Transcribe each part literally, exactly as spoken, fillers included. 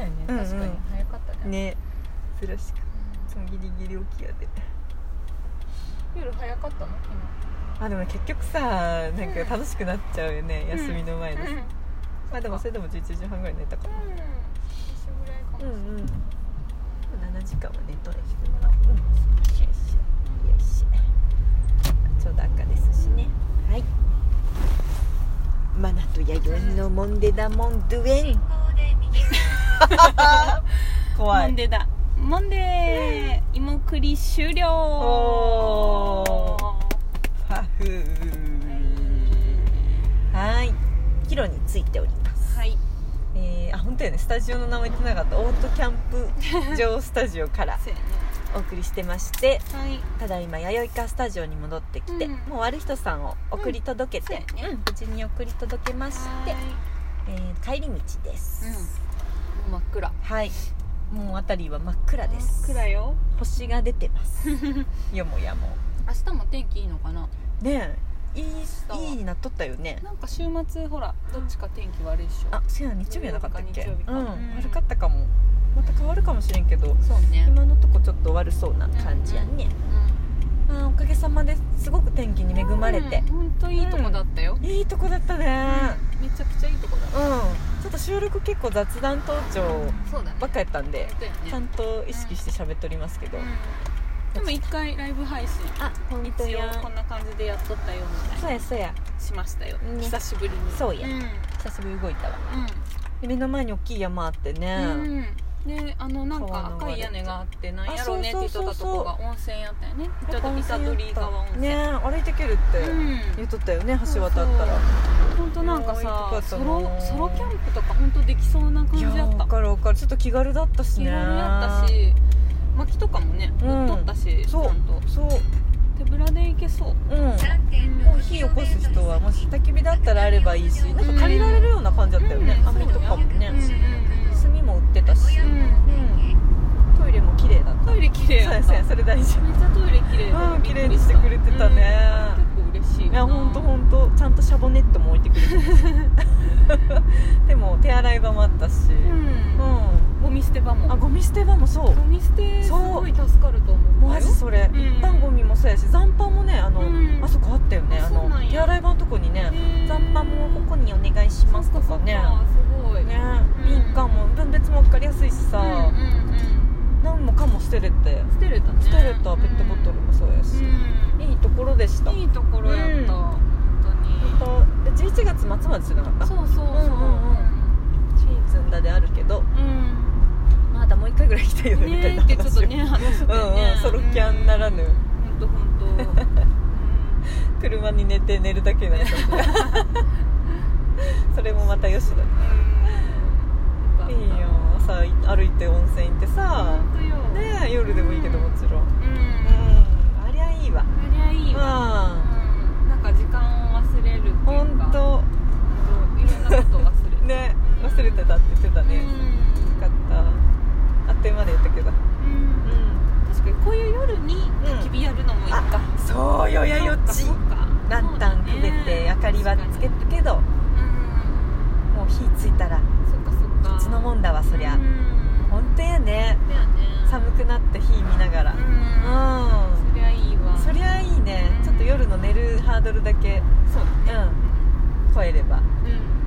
ね、 うんうん、 確かに早かったね。 ね、珍しく、そのギリギリ起きやで。 夜早かったの昨日？ あでも結局さ、なんか楽しくなっちゃうよね、うん、休みの前で、うん、まあでもそれでもじゅういちじはんぐらい寝たかな、うん、 一緒ぐらいかもしれない、うんうん、 ななじかんは寝とれしてもらう、うん、よしよし、ちょうど赤ですしね。はい、マナとヤヨンのモンデダモンドゥエン怖い。 モンデだモンデー芋栗終了。 おー、ファフー、はい、キロについております。 はい、 えー、あ、本当やね、スタジオの名前言ってなかった。オートキャンプ場スタジオからお送りしてまして、はい、ただいま弥生川スタジオに戻ってきて、うん、もう悪い人さんを送り届けて、うんね、うん、無事に送り届けまして、えー、帰り道です、 うん、もう真っ暗。はい、 もう辺りは真っ暗です。 真っ暗よ。 星が出てますよもやも。 明日も天気いいのかなねえ、いい、いいになっとったよね。 なんか週末ほらどっちか天気悪いっしょ。 あ、そうや、日曜日はなかったっけ。 日曜日か、 うん、悪かったかも。また変わるかもしれんけど、 そうね、 今のとこちょっと悪そうな感じやね、うんうん、あ、おかげさまですごく天気に恵まれて、 ほんといいとこだったよ、 うん、いいとこだったね、 うん、めちゃくちゃいいとこだった、 うん、ちょっと収録結構雑談登場ばっかやったんで、 うん、ね、 ちゃんと意識して喋っておりますけど、うん、 でも一回ライブ配信、 あ、本当や、 一応こんな感じでやっとったよみたいな、 そうやそうやしましたよ、ね、久しぶりに。 そうや、うん、久しぶりに動いたわ、うん、で目の前に大きい山あってね、うんで、あのなんか赤い屋根があってなんやろうねって言っとったとこが温泉やったよね。ちょっと板取川温泉ね、 歩いてけるって言っとったよね、うん、橋渡ったら。 本当なんかさ、ソロソロキャンプとか本当できそうな感じだった。いや、 分かる分かる、ちょっと気軽だったしね。気軽やったし、薪とかもね、売っとったし、うん、 そうちゃんとそう手ぶらで行けそう。うん。もう火起こす人はもし焚き火だったらあればいいし、なんか借りられるような感じだったよね。網、うん、とかもね。炭も売ってたし。うん。トイレも綺麗だった。 トイレ綺麗だった。 そうや、それ大事。 めっちゃトイレ綺麗。 うん、綺麗にしてくれてたね。 うん、結構嬉しい。 いや、ほんとほんと、ちゃんとシャボネットも置いてくれてた。でも手洗い場もあったし。うん。うん。 ゴミ捨て場も。 あ、ゴミ捨て場もそう。 ゴミ捨てすごい助かると思う。 マジそれ。一般ゴミもそうやし、残飯もね、あの、あそこあったよね。あの手洗い場のとこにね、残飯もここにお願いしますとかね。 すごい。 ね、敏感も分別も分かりやすいしさ。何もかも捨てれて捨てれたね、 捨てれたペットボトルもそうやし、うん、いいところでした。 いいところやった、うん、本当に。でじゅういちがつ末までじゃなかった。 そうそうそう、うんうんうん、 シーズンだであるけど、うん、まだもう一回ぐらい行きたいよねみたいな話を、 ね、ちょっとね話してね、 うんうん、ソロキャンならぬ、 本当本当車に寝て寝るだけになっちゃったそれもまたよしだね、うん、いいよ。朝歩いて温泉行ってさ、ね、夜でもいいけどもちろん、うんうん、ありゃいいわ、 ありゃいいわ、うん、なんか時間を忘れるっていうか、 ほんといろんなこと忘れてね、忘れてたって言ってたね、よかった。あっという間で言ったけど、うんうん、 確かにこういう夜に焚き火やるのもいいか、 うん、そうよ、やよっちランタンくべて明かりはつけるけど、うん、もう火ついたらこっちのもんだわ、そりゃ、うん、ほんとやね、 やね、 寒くなって火見ながら、うん、うん、 そりゃいいわ、 そりゃいいね、うん、ちょっと夜の寝るハードルだけ、 そうだね、 うん、超えれば、うん、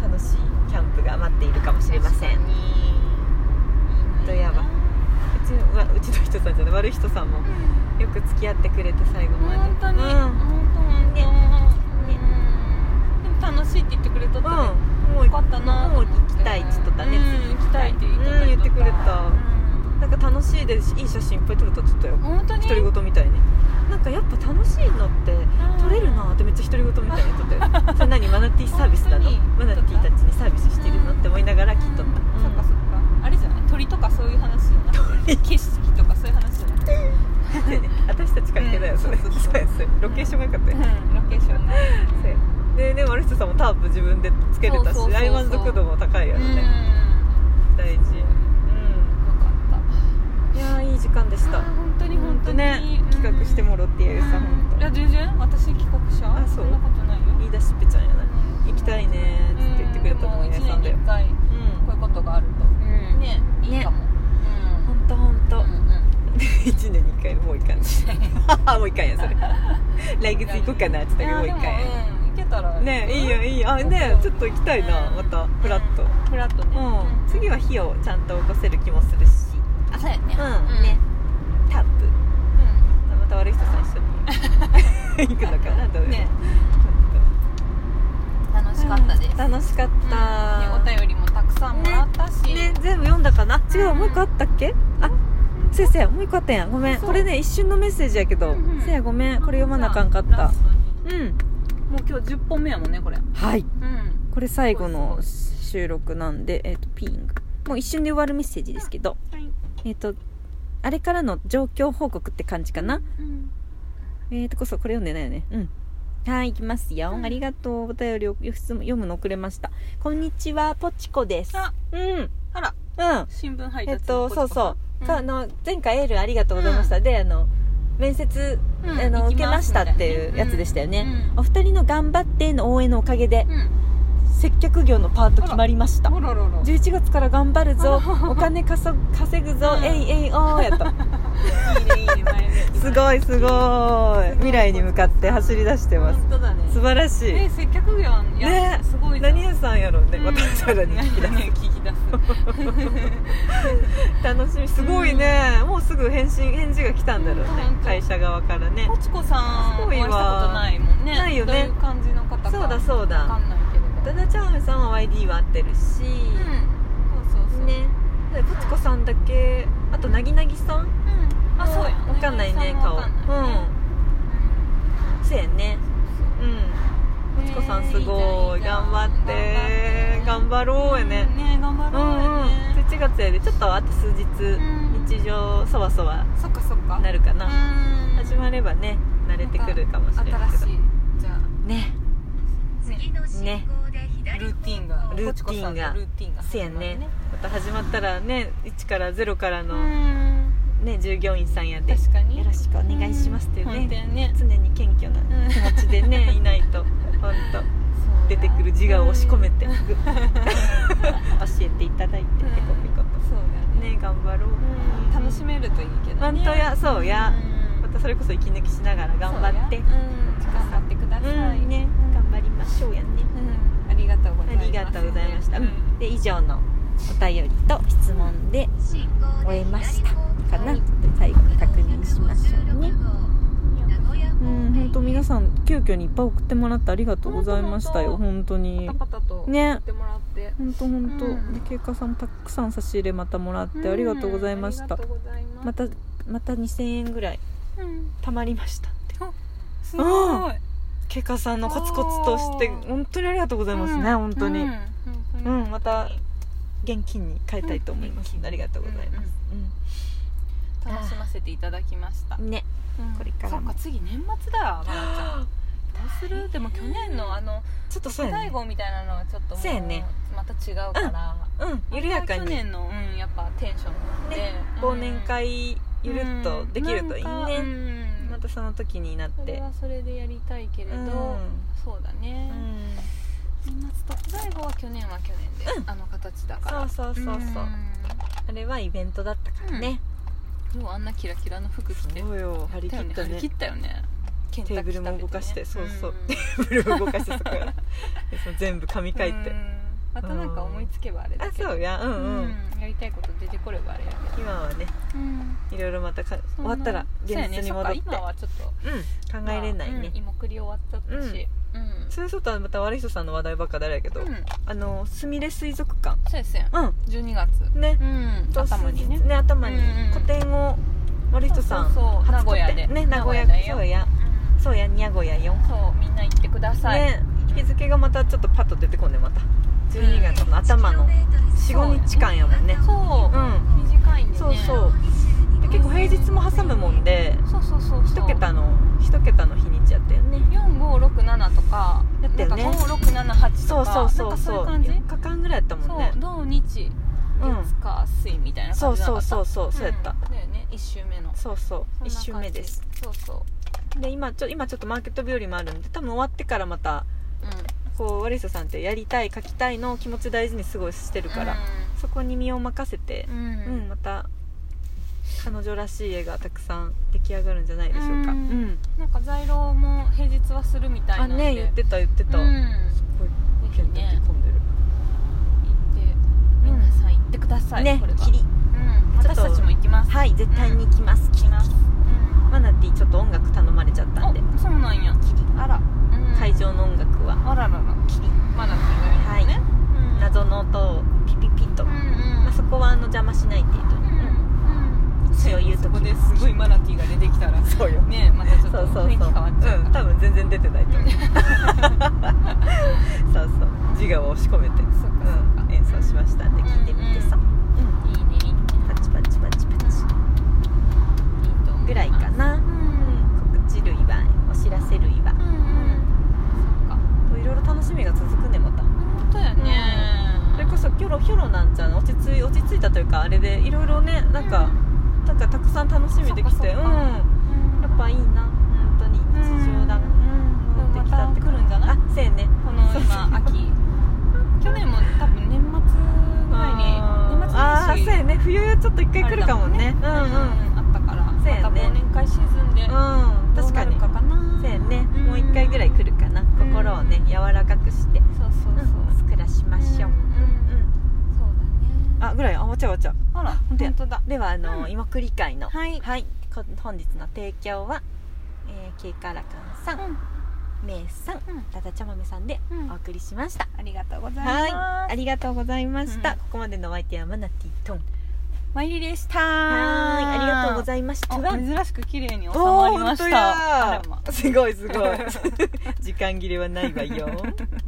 楽しいキャンプが待っているかもしれません。ほんとやわ、うちはうちの人さんじゃない、悪い人さんもよく付き合ってくれて最後まで、 本当に、うん、本当本当、ねね、でも楽しいって言ってくれとったね、うん、もうよかったな、 もう行きたいって言っとったね、 うん、行きたいって言っとった、 うん、言ってくれた、うん、なんか楽しいでいい写真いっぱい撮れたって言ったよ、 本当に独り言みたいに、なんかやっぱ楽しいのって撮れるなってめっちゃ独り言みたいに撮ってそれ何マナティーサービスなの、マナティーたちにサービスしてるのって思いながら聞いとった、うん、 そっかそっか、あれじゃない、鳥とかそういう話じゃなくて景色とかそういう話じゃなくて私たち関係ないよそれ、うん、そうそうそうそう、ロケーションがよかったよ、うん、 ロケーションね、 ででも悪い人さんもタープ自分でつけれたし、大満足度も高いやろね、うん、大事、うん、よかった、 いやいい時間でした、 本当に本当にね、企画してもろっていうさ、 うん、 本当いや全然私企画者、 あ、そう、 そんなことないよ、 言い出しっぺちゃんやな、うん、行きたいねって言ってくれたのも皆さんだよ、 いちねんにいっかいこういうことがあると、うん、ね、いいいかんしもういかんやそれ来月行こうかなって言ったけどもういかんや、 うん、行けたらねいいよいいよあねちょっと行きたいな、うん、またフラット、 フラットね、 うん、次は火をちゃんと起こせる気もするしあそうやねうん、うん、ねタップ、うん、また悪い人さん一緒に行くのかなどうね楽しかったです、 楽しかった、 うんね、お便りもたくさんもらったしね, ね全部読んだかな、違うもう一個あったっけ、あせやせやもう一個あったやんごめんこれね一瞬のメッセージやけど、うんうん、せやごめんこれ読まなあかんかったうんもう今日じゅっぽんめやもんねこれはい、うん、これ最後の収録なんでえっ、ー、とピーイングもう一瞬で終わるメッセージですけど、はい、えっ、ー、とあれからの状況報告って感じかな、うん、えっ、ー、とこそこれ読んでないよねうんはい行きますよ、うん、ありがとうお便りを読むの遅れましたこんにちはポチコですあうんあらうん新聞配達えっとそうそう、うん、あの前回エールありがとうございました、うん、であの面接、うん、あの受けましたっていうやつでしたよね、うん、お二人の頑張っての応援のおかげで、うん接客業のパート決まりましたじゅういちがつから頑張るぞお金稼ぐぞ、うん、えいえいおーやったいいねいいねすごいすごい未来に向かって走り出してます本当だ、ね、 素晴らしい、 ね、接客業やねすごい何屋さんやろうね、うん、私らに聞き出す、 ね、聞き出す楽しみすごいね、うん、もうすぐ返信返事が来たんだろうね、うん、会社側からねポチコさんお会いしたことないもんねないよねどういう感じの方かそうだそうだ分かんないけどダダチャームさんは ワイディー は合ってるし、うん、そうそうそうねポチコさんだけあとなぎなぎさん、うん、 あそうや分かんないね顔うんそうやねうんポチコさんすごい頑張って頑張ろうやねね頑張ろうやねじゅういちがつやでちょっとあと数日日常そわそわなるかな始まればね慣れてくるかもしれないけど新しいじゃあねねルーティンがルーティンがルーティンがせやねまた始まったらねいちからゼロからのね従業員さんやで確かによろしくお願いしますっていう ね, ね常に謙虚な気持ちでねいないと本当出てくる自我を押し込めて教えていただいてペコペコとそうだねね頑張ろう楽しめるといいけどね本当やそうやまたそれこそ息抜きしながら頑張って頑張ってくださいね頑張りましょうやねありがとうございますありがとうございました、うん、で以上のお便りと質問で終えましたかな、最後に確認しましょうねうん本当皆さん急遽にいっぱい送ってもらってありがとうございましたよ本当にパタパタと送ってもらって本当本当でケイカさんもたくさん差し入れまたもらってありがとうございましたまたまたにせんえんぐらいたまりましたってすごいケイカさんのコツコツとして本当にありがとうございますね、うん、本当に、うんうん、また現金に変えたいと思います、うん、ありがとうございます、 うんうん、楽しませていただきましたね、うん、これからもそっか次年末だわまなちゃんどうするでも去年のあのちょっとそうやね最後みたいなのはちょっともうそうやねまた違うからうん、うん、緩やかに去年の、うん、やっぱテンションで、ね、 忘年会ゆるっとできるといいね、うん、またその時になってそれはそれでやりたいけれど、うん、そうだね、うん、年末特大号は去年は去年で、うん、あの形だからそうそうそうそう、うん、あれはイベントだったからね、 うん、もうあんなキラキラの服着てそうよ張り切ったね張り切ったよねテーブルも動かして、ね、そうそう、うん、テーブルを動かしてそこからその全部紙書いて、うんまたなんか思いつけばあれだけどあそうやうんうん、うん、 やりたいこと出てこればあれやけど今はね、うん、いろいろまたか終わったら現実に戻って、ね、 今はちょっと、 うん、考えれないね、まあうん、 芋栗終わっちゃったし、うん、 それちょっとまた悪い人さんの話題ばっかだやけど、うん、あのすみれ水族館そうですよ、うん、じゅうにがつね、 うん、頭にねね頭に個展を悪い人さんそうそうそう名古屋でね名古屋そうやそうや名古屋よそうみんな行ってください、 ね、日付がまたちょっとパッと出てこんねまたじゅうにがつの頭の よん,ご 日間やもんねそう、うん、短いんでねそうそうで結構平日も挟むもんでそうそうそう一桁の一桁の日にちやったよねよんごろくななとかやったよねごろくななはちとかそうそうそうそういう感じよっかかんぐらいやったもんねそう土日月火水みたいな感じなかったそうそうそうそうそうやった、 うん、だよねいっ週目のそうそういっ週目ですそうそうで今ちょ今ちょっとマーケット日和もあるんで多分終わってからまた、うん、こうワリスさんってやりたい書きたいの気持ち大事にすごいしてるから、うん、そこに身を任せて、うんうん、また彼女らしい絵がたくさん出来上がるんじゃないでしょうか。うん、うん、 なんか在廊も平日はするみたいなんで、 あね、言ってた言ってた、うん、すごいぜひね混んでる。 行って皆さん行ってくださいね。 これはキリ、 うん、私たちも行きます。 はい、絶対に行きます、うん、 行きます、 うん、マナティちょっと音楽頼まれちゃったんで。 そうなんや。 キリ、 あら、うん、 会場の音楽はあらららキリ、 マナティがやるのね、 はい、うん、謎の音をピピピと、うんうん、まあ、そこはあの邪魔しない程度に、うんうん、そういう時そこですごいマナティが出てきたらそうよね、またちょっと雰囲気変わっちゃう。 うん、多分全然出てないと思うそうそう、自我を押し込めて、そうかそうか、うん、演奏しましたんで聞いてみてさ、うんうん、いいねいいね、パチパチパチパチ、うん、いいと思うぐらいかな、うんうん、告知類は、お知らせ類は、うんうん、そうか、いろいろ楽しみが続くねまた。 本当やね、 うん、それこそヒョロヒョロなんちゃん落ち着い落ち着いたというかあれでいろいろね、なんか、うん、なんかたくさん楽しみできて、うん、やっぱいいな、本当に日常だ、うん、 戻ってきたってくるんじゃない？ あ、そうやね、 この今秋去年も多分年末ぐらいに年末年始、 ああ、そうやね、冬ちょっと一回来るかもね、うんうん、 あったから、 そうやね、 また忘年会シーズンで、うん、 確かにどうなるかかな、 そうやね、もう一回ぐらい来るかな、心をね柔らかくして、 そうそうそう、 暮らしましょう、うんうん、そうだね、あ、ぐらい、あ、わちゃわちゃ、 あら、本当だ。 ではあの、うん、芋栗会の、 はい、 はい、本日の提供は、えー、ケイカラカンさん、うん、メイさん、うん、タタチャマメさんでお送りしました、 うん、ありがとうございます。 はい、ありがとうございました、うん、ここまでのお相手はマナティトンマイリでした。 はい、ありがとうございました。 珍しく綺麗に収まりました。 すごいすごい時間切れはないわよ